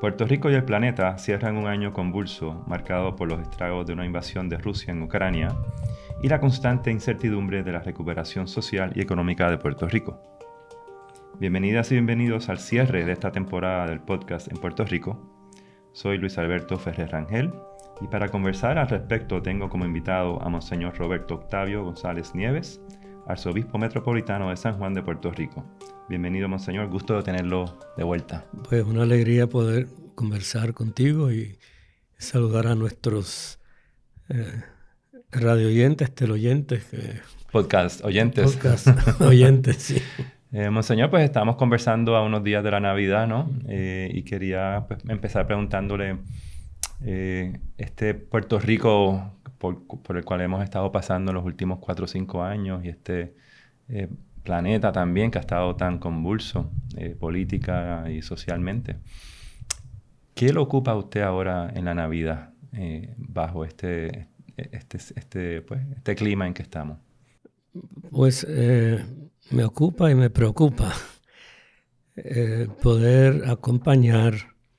Puerto Rico y el planeta cierran un año convulso, marcado por los estragos de una invasión de Rusia en Ucrania y la constante incertidumbre de la recuperación social y económica de Puerto Rico. Bienvenidas y bienvenidos al cierre de esta temporada del podcast en Puerto Rico. Soy Luis Alberto Ferrer Rangel y para conversar al respecto tengo como invitado a Monseñor Roberto Octavio González Nieves, arzobispo metropolitano de San Juan de Puerto Rico. Bienvenido, Monseñor, gusto de tenerlo de vuelta. Pues una alegría poder conversar contigo y saludar a nuestros radio oyentes, teleoyentes. Podcast oyentes. Podcast oyentes, sí. Monseñor, pues estamos conversando a unos días de la Navidad, ¿no? Y quería empezar preguntándole este Puerto Rico por el cual hemos estado pasando en los últimos 4 o 5 años y este planeta también que ha estado tan convulso política y socialmente. ¿Qué lo ocupa a usted ahora en la Navidad bajo este clima en que estamos? Pues me ocupa y me preocupa poder acompañar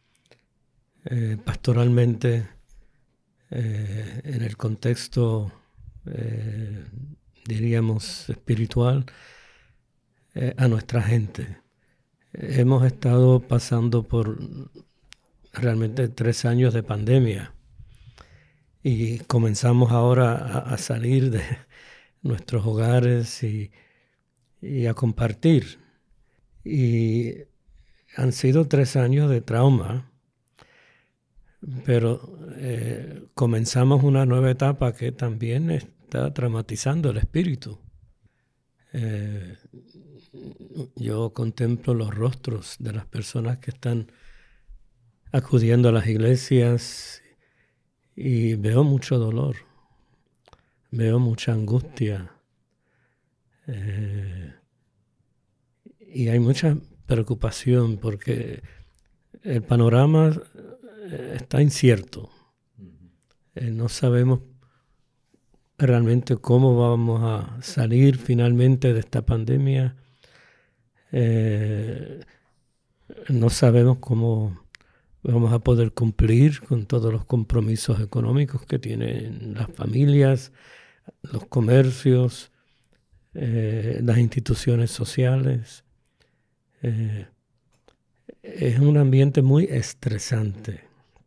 pastoralmente en el contexto, diríamos, espiritual, a nuestra gente. Hemos estado pasando por realmente 3 años de pandemia y comenzamos ahora a salir de nuestros hogares y a compartir. Y han sido 3 años de trauma, pero comenzamos una nueva etapa que también está traumatizando el espíritu. Yo contemplo los rostros de las personas que están acudiendo a las iglesias y veo mucho dolor, veo mucha angustia y hay mucha preocupación porque el panorama está incierto. No sabemos realmente cómo vamos a salir finalmente de esta pandemia. No sabemos cómo vamos a poder cumplir con todos los compromisos económicos que tienen las familias, los comercios, las instituciones sociales. Es un ambiente muy estresante.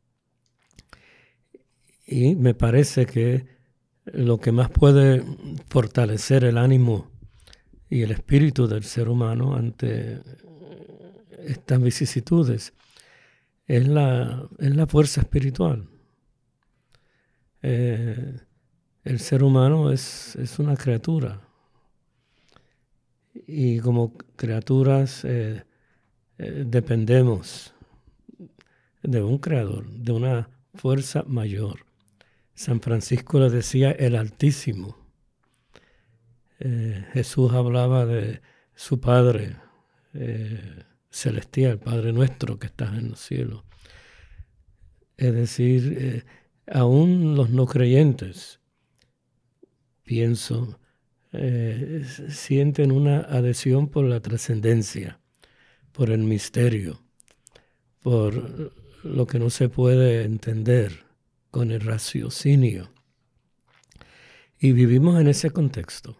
Y me parece que lo que más puede fortalecer el ánimo y el espíritu del ser humano ante estas vicisitudes es la fuerza espiritual. El ser humano es una criatura y como criaturas dependemos de un creador, de una fuerza mayor. San Francisco le decía el Altísimo. Jesús hablaba de su Padre celestial, Padre nuestro que estás en los cielos. Es decir, aún los no creyentes, pienso, sienten una adhesión por la trascendencia, por el misterio, por lo que no se puede entender con el raciocinio. Y vivimos en ese contexto.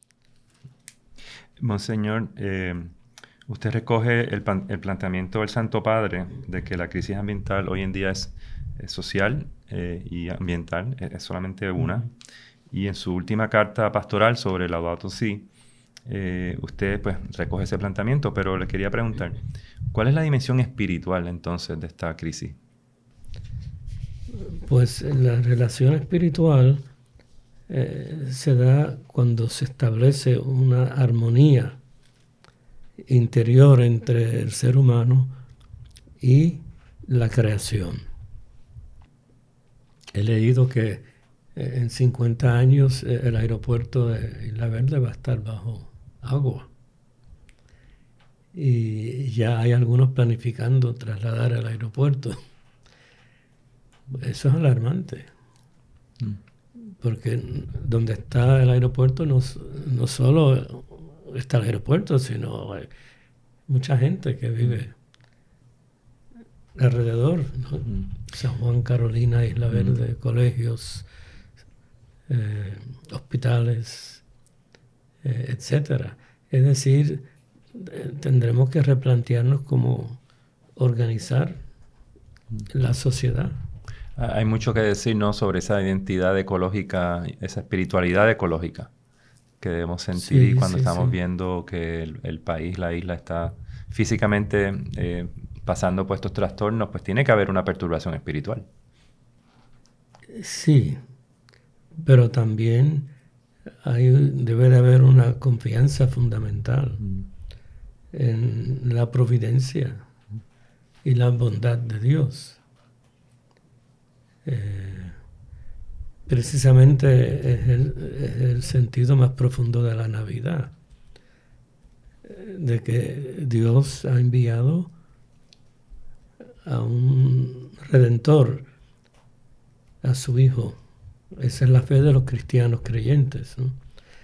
Monseñor, usted recoge el planteamiento del Santo Padre de que la crisis ambiental hoy en día es social y ambiental, es solamente una. Y en su última carta pastoral sobre Laudato Si, usted pues recoge ese planteamiento, pero le quería preguntar, ¿cuál es la dimensión espiritual entonces de esta crisis? Pues la relación espiritual se da cuando se establece una armonía interior entre el ser humano y la creación. He leído que en 50 años el aeropuerto de Isla Verde va a estar bajo agua. Y ya hay algunos planificando trasladar el aeropuerto. Eso es alarmante. Porque donde está el aeropuerto no solo está el aeropuerto, sino hay mucha gente que vive alrededor, ¿no? San Juan, Carolina, Isla Verde, colegios, hospitales, etcétera. Es decir, tendremos que replantearnos cómo organizar la sociedad. Hay mucho que decir, ¿no?, sobre esa identidad ecológica, esa espiritualidad ecológica que debemos sentir cuando estamos viendo que el país, la isla está físicamente pasando por estos trastornos, pues tiene que haber una perturbación espiritual. Sí, pero también debe de haber una confianza fundamental en la providencia y la bondad de Dios. Precisamente es el sentido más profundo de la Navidad, de que Dios ha enviado a un Redentor, a su Hijo. Esa es la fe de los cristianos creyentes, ¿no?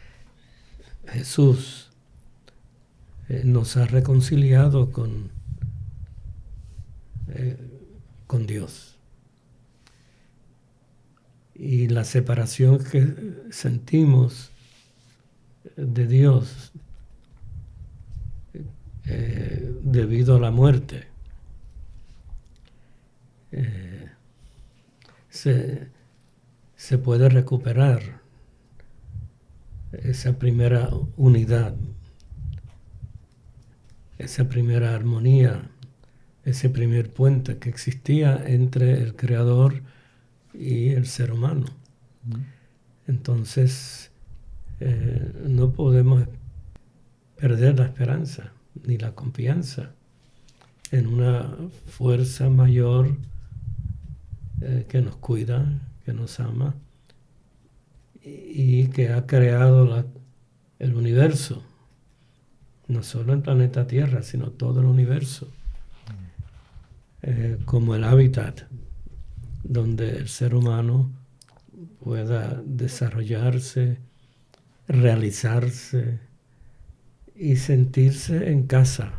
Jesús nos ha reconciliado con Dios. Y la separación que sentimos de Dios debido a la muerte se puede recuperar esa primera unidad, esa primera armonía, ese primer puente que existía entre el Creador y el ser humano. Entonces, no podemos perder la esperanza ni la confianza en una fuerza mayor que nos cuida, que nos ama y que ha creado el universo, no solo el planeta Tierra, sino todo el universo, como el hábitat donde el ser humano pueda desarrollarse, realizarse y sentirse en casa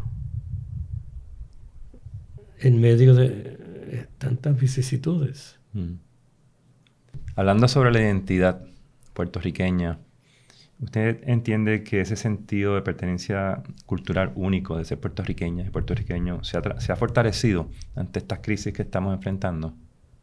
en medio de tantas vicisitudes. Hablando sobre la identidad puertorriqueña, ¿usted entiende que ese sentido de pertenencia cultural único de ser puertorriqueña y puertorriqueño se ha fortalecido ante estas crisis que estamos enfrentando?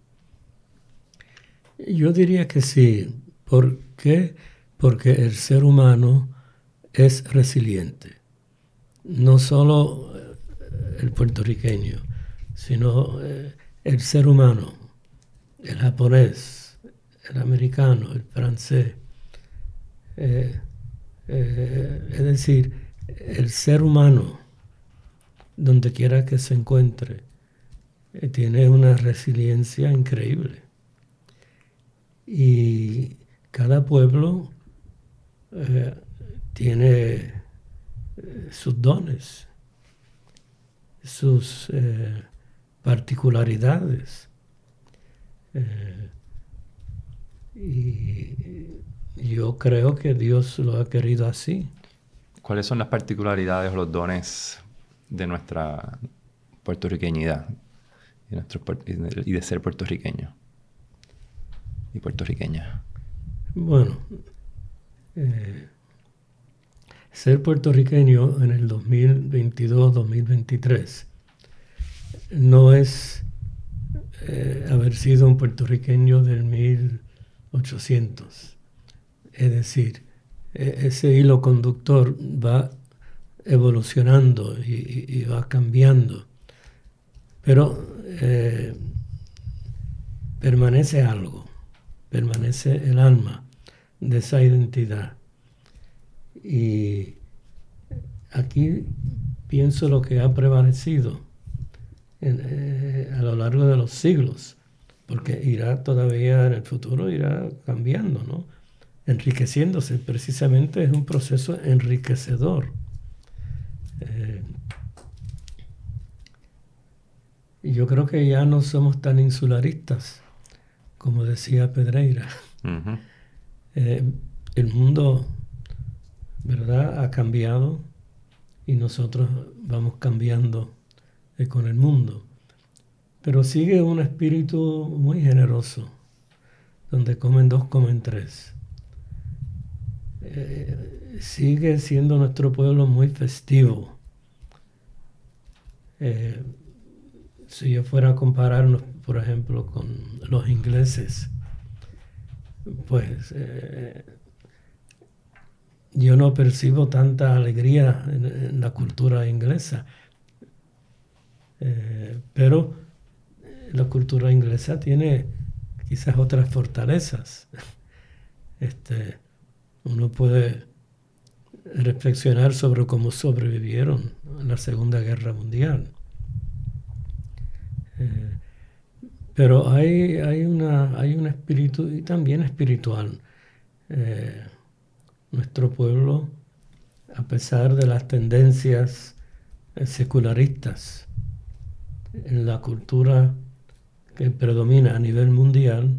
Yo diría que sí. ¿Por qué? Porque el ser humano es resiliente. No solo el puertorriqueño, sino el ser humano, el japonés, el americano, el francés. Es decir, el ser humano, donde quiera que se encuentre, tiene una resiliencia increíble. Y cada pueblo tiene sus dones, sus particularidades. Y yo creo que Dios lo ha querido así. ¿Cuáles son las particularidades o los dones de nuestra puertorriqueñidad y de ser puertorriqueño y puertorriqueña? Bueno, ser puertorriqueño en el 2022-2023 no es haber sido un puertorriqueño del 1800. Es decir, ese hilo conductor va evolucionando y va cambiando. Pero permanece algo, permanece el alma de esa identidad. Y aquí pienso lo que ha prevalecido a lo largo de los siglos, porque irá todavía en el futuro, irá cambiando, ¿no? Enriqueciéndose. Precisamente es un proceso enriquecedor. Y yo creo que ya no somos tan insularistas, como decía Pedreira. Uh-huh. El mundo, ¿verdad?, ha cambiado y nosotros vamos cambiando con el mundo. pero sigue un espíritu muy generoso, donde comen dos, comen tres. Sigue siendo nuestro pueblo muy festivo. Si yo fuera a compararnos, por ejemplo, con los ingleses, pues yo no percibo tanta alegría en la cultura inglesa, pero la cultura inglesa tiene quizás otras fortalezas. Uno puede reflexionar sobre cómo sobrevivieron a la Segunda Guerra Mundial. Pero hay un espíritu, y también espiritual. Nuestro pueblo, a pesar de las tendencias secularistas en la cultura que predomina a nivel mundial,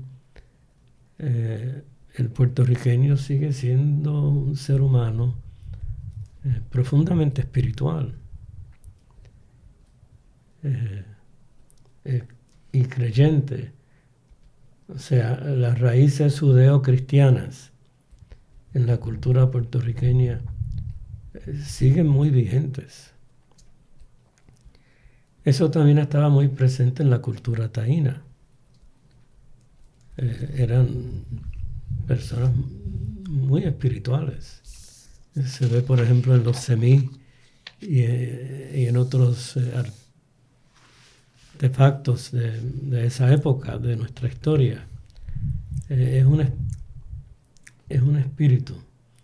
el puertorriqueño sigue siendo un ser humano profundamente espiritual y creyente. O sea, las raíces judeo-cristianas en la cultura puertorriqueña siguen muy vigentes. Eso también estaba muy presente en la cultura taína. Eran personas muy espirituales. Se ve, por ejemplo, en los semí y en otros artefactos de esa época, de nuestra historia. Es un espíritu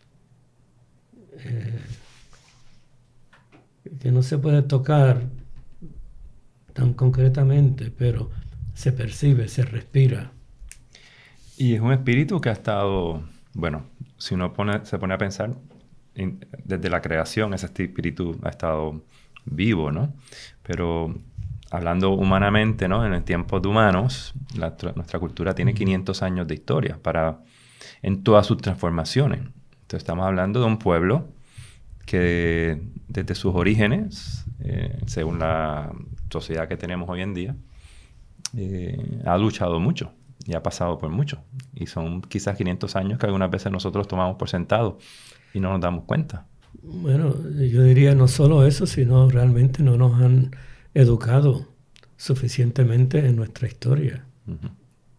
que no se puede tocar tan concretamente, pero se percibe, se respira. Y es un espíritu que ha estado, bueno, si uno se pone a pensar, desde la creación ese espíritu ha estado vivo, ¿no? Pero hablando humanamente, ¿no? En el tiempo de humanos, nuestra cultura tiene 500 años de historia en todas sus transformaciones. Entonces estamos hablando de un pueblo que desde sus orígenes, según la sociedad que tenemos hoy en día, ha luchado mucho y ha pasado por mucho. Y son quizás 500 años que algunas veces nosotros tomamos por sentado y no nos damos cuenta. Bueno, yo diría no solo eso, sino realmente no nos han educado suficientemente en nuestra historia. Uh-huh.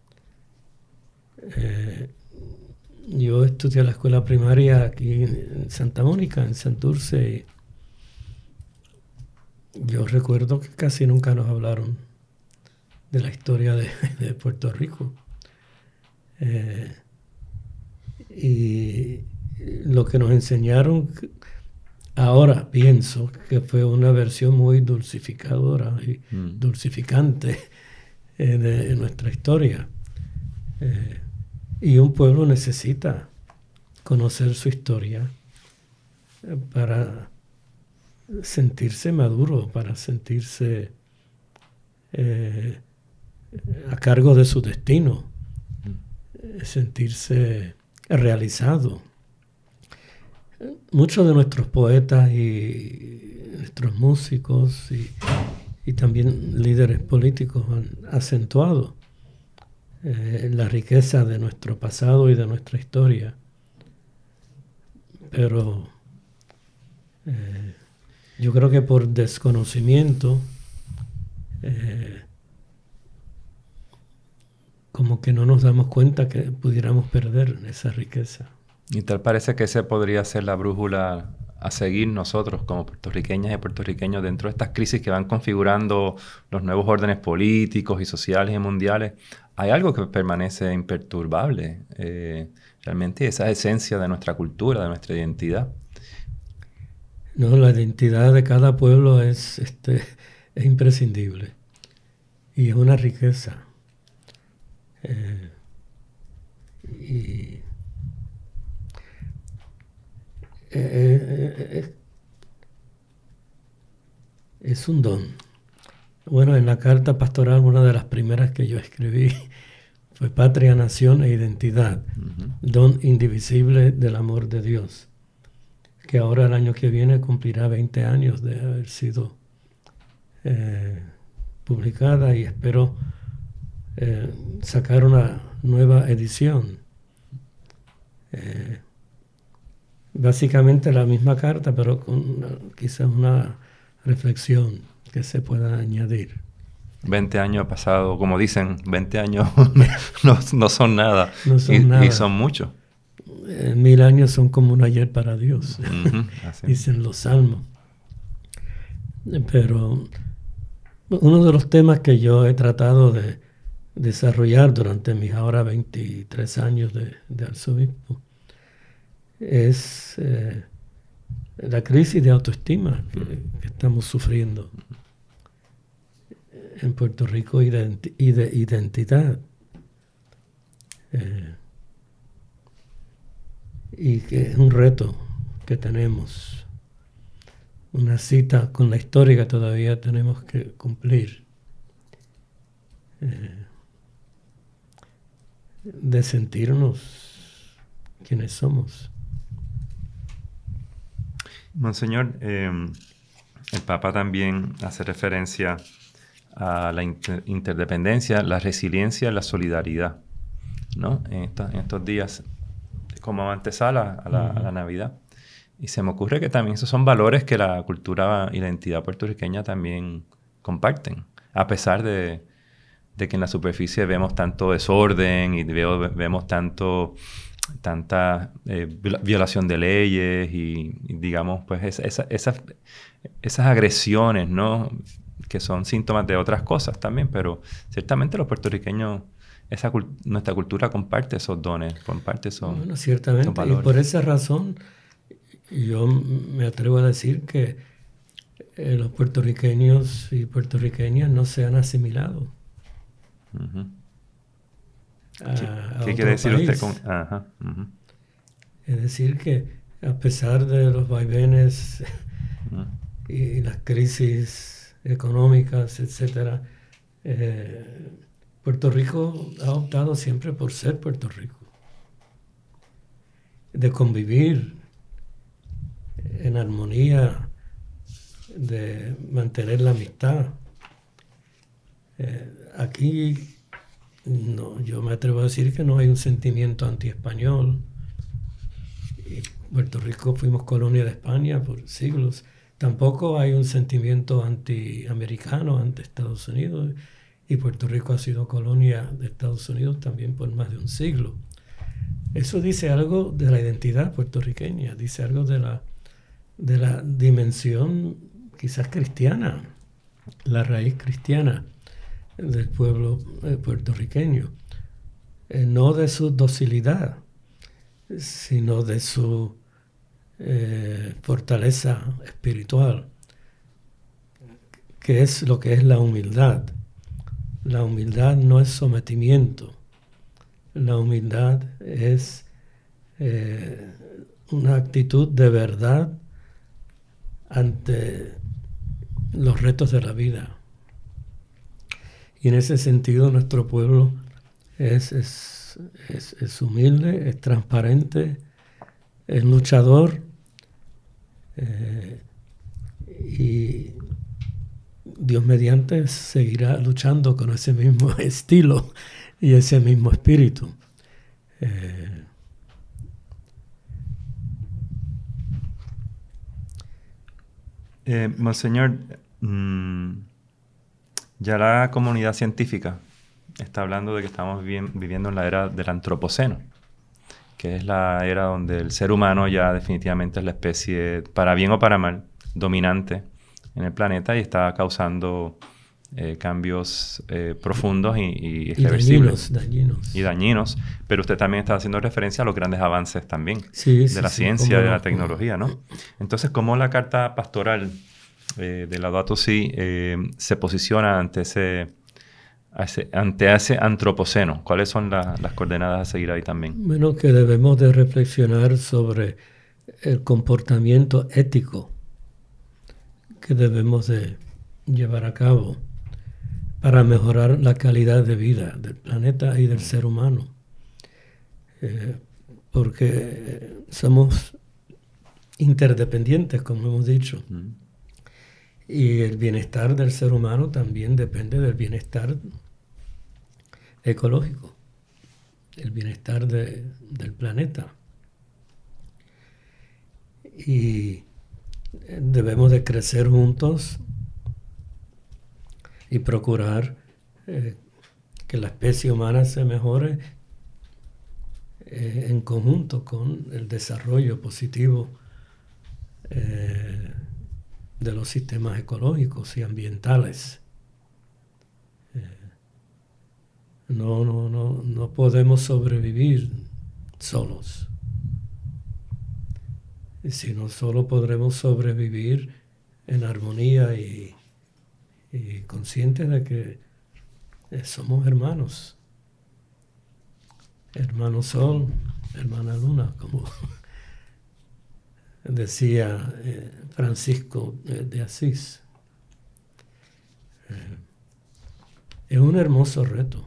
Yo estudié la escuela primaria aquí en Santa Mónica, en Santurce. Yo recuerdo que casi nunca nos hablaron de la historia de Puerto Rico. Y lo que nos enseñaron, ahora pienso que fue una versión muy dulcificadora y dulcificante de nuestra historia. Y un pueblo necesita conocer su historia para sentirse maduro, para sentirse a cargo de su destino, sentirse realizado. Muchos de nuestros poetas y nuestros músicos y también líderes políticos han acentuado la riqueza de nuestro pasado y de nuestra historia. Pero yo creo que por desconocimiento como que no nos damos cuenta que pudiéramos perder esa riqueza. Y tal parece que esa podría ser la brújula a seguir nosotros como puertorriqueñas y puertorriqueños dentro de estas crisis que van configurando los nuevos órdenes políticos y sociales y mundiales. Hay algo que permanece imperturbable, realmente esa esencia de nuestra cultura, de nuestra identidad. No, la identidad de cada pueblo es imprescindible y es una riqueza. Es un don. Bueno, en la carta pastoral, una de las primeras que yo escribí fue Patria, Nación e Identidad, don indivisible del amor de Dios, que ahora el año que viene cumplirá 20 años de haber sido publicada y espero sacar una nueva edición. Básicamente la misma carta, pero con quizás una reflexión que se pueda añadir. 20 años pasado, como dicen, 20 años no son nada. No son nada. Y son muchos. 1000 años son como un ayer para Dios, dicen los salmos. Pero uno de los temas que yo he tratado de desarrollar durante mis ahora 23 años de arzobispo es la crisis de autoestima que estamos sufriendo en Puerto Rico y de identidad. Y que es un reto que tenemos, una cita con la historia que todavía tenemos que cumplir, de sentirnos quienes somos. Monseñor, el Papa también hace referencia a la interdependencia, la resiliencia, la solidaridad, ¿no? En estos días, como antesala a la Navidad. Y se me ocurre que también esos son valores que la cultura y la identidad puertorriqueña también comparten, a pesar de que en la superficie vemos tanto desorden y vemos tanta violación de leyes y digamos, pues esas agresiones, ¿no? Que son síntomas de otras cosas también, pero ciertamente los puertorriqueños, nuestra cultura comparte esos dones, comparte esos, bueno, ciertamente, esos valores. Y por esa razón yo me atrevo a decir que los puertorriqueños y puertorriqueñas no se han asimilado. Uh-huh. ¿Qué quiere decir país. Usted con...? Ajá, uh-huh. Es decir que a pesar de los vaivenes y las crisis económicas, etcétera, Puerto Rico ha optado siempre por ser Puerto Rico, de convivir en armonía, de mantener la amistad. Aquí no, yo me atrevo a decir que no hay un sentimiento anti-español. Puerto Rico fuimos colonia de España por siglos. Tampoco hay un sentimiento anti-americano ante Estados Unidos. Y Puerto Rico ha sido colonia de Estados Unidos también por más de un siglo. Eso dice algo de la identidad puertorriqueña, dice algo de la dimensión quizás cristiana, la raíz cristiana del pueblo puertorriqueño. No de su docilidad, sino de su fortaleza espiritual, que es lo que es la humildad. La humildad no es sometimiento. La humildad es una actitud de verdad ante los retos de la vida. Y en ese sentido nuestro pueblo es humilde, es transparente, es luchador y Dios mediante seguirá luchando con ese mismo estilo y ese mismo espíritu. Monseñor, ya la comunidad científica está hablando de que estamos viviendo en la era del antropoceno, que es la era donde el ser humano ya definitivamente es la especie, para bien o para mal, dominante en el planeta y está causando cambios profundos y irreversibles. Y dañinos. Pero usted también está haciendo referencia a los grandes avances también de la ciencia, de la tecnología, ¿no? Entonces, ¿cómo la carta pastoral de Laudato Si se posiciona ante ese antropoceno? ¿Cuáles son las coordenadas a seguir ahí también? Bueno, que debemos de reflexionar sobre el comportamiento ético que debemos de llevar a cabo para mejorar la calidad de vida del planeta y del ser humano. Porque somos interdependientes, como hemos dicho. Y el bienestar del ser humano también depende del bienestar ecológico, el bienestar del planeta. Y debemos de crecer juntos y procurar que la especie humana se mejore en conjunto con el desarrollo positivo de los sistemas ecológicos y ambientales. No podemos sobrevivir solos, sino solo podremos sobrevivir en armonía y conscientes de que somos hermanos. Hermano Sol, hermana Luna, como decía Francisco de Asís. Es un hermoso reto.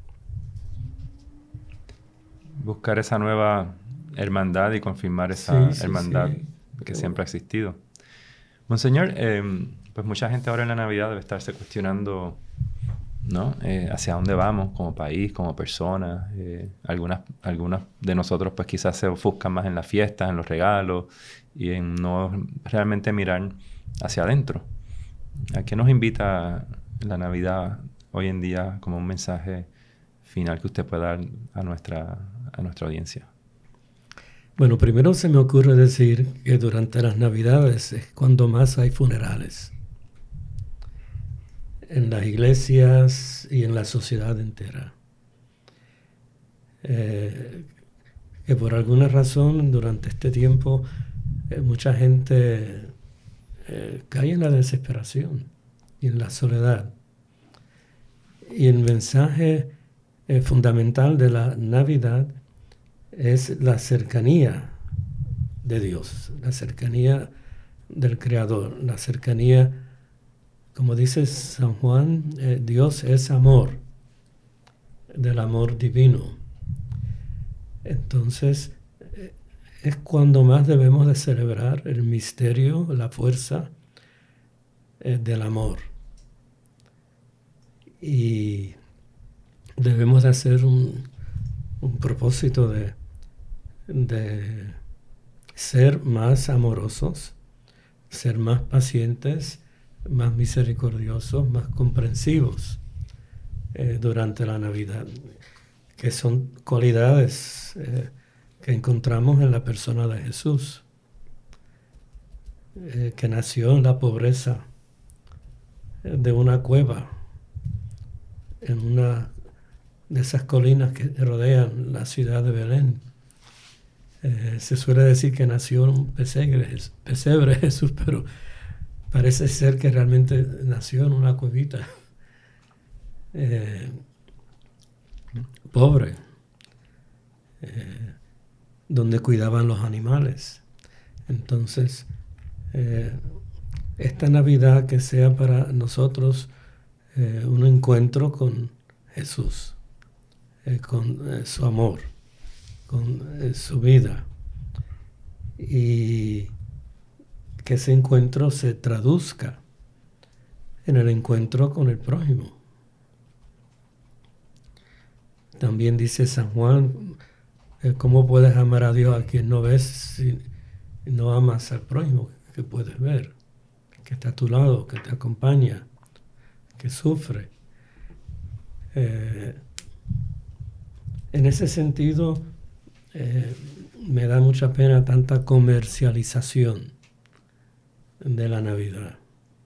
Buscar esa nueva hermandad y confirmar esa hermandad que siempre ha existido. Monseñor, pues mucha gente ahora en la Navidad debe estarse cuestionando, ¿no? Hacia dónde vamos como país, como personas. Algunas de nosotros pues quizás se ofuscan más en las fiestas, en los regalos y en no realmente mirar hacia adentro. ¿A qué nos invita la Navidad hoy en día como un mensaje final que usted pueda dar a nuestra audiencia? Bueno, primero se me ocurre decir que durante las Navidades es cuando más hay funerales. En las iglesias y en la sociedad entera. Que por alguna razón durante este tiempo mucha gente cae en la desesperación y en la soledad. Y el mensaje fundamental de la Navidad es la cercanía de Dios, la cercanía del Creador, la cercanía, como dice San Juan, Dios es amor, del amor divino. Entonces, es cuando más debemos de celebrar el misterio, la fuerza del amor. Y debemos de hacer un propósito de ser más amorosos, ser más pacientes, más misericordiosos, más comprensivos durante la Navidad, que son cualidades que encontramos en la persona de Jesús, que nació en la pobreza de una cueva, en una de esas colinas que rodean la ciudad de Belén. Se suele decir que nació en un pesebre Jesús, pero parece ser que realmente nació en una cuevita pobre, donde cuidaban los animales. Entonces, esta Navidad que sea para nosotros un encuentro con Jesús, con su amor, con su vida, y que ese encuentro se traduzca en el encuentro con el prójimo. También dice San Juan, ¿cómo puedes amar a Dios a quien no ves si no amas al prójimo que puedes ver, que está a tu lado, que te acompaña, que sufre? En ese sentido, me da mucha pena tanta comercialización de la Navidad.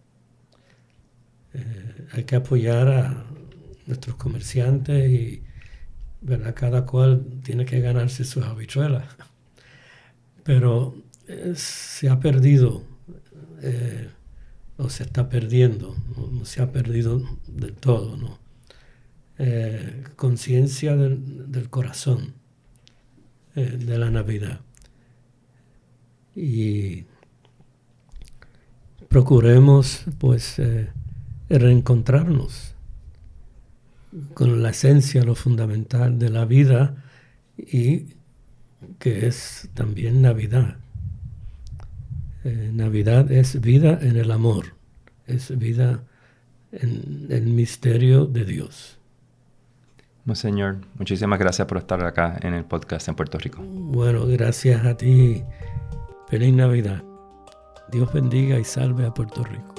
Hay que apoyar a nuestros comerciantes y, ¿verdad? Cada cual tiene que ganarse sus habichuelas. Pero se ha perdido, o se está perdiendo, no se ha perdido del todo, ¿no? Conciencia del corazón de la Navidad. Y procuremos, pues, reencontrarnos con la esencia, lo fundamental de la vida, y que es también Navidad. Navidad es vida en el amor, es vida en el misterio de Dios. Monseñor, muchísimas gracias por estar acá en el podcast en Puerto Rico. Bueno, gracias a ti. Feliz Navidad. Dios bendiga y salve a Puerto Rico.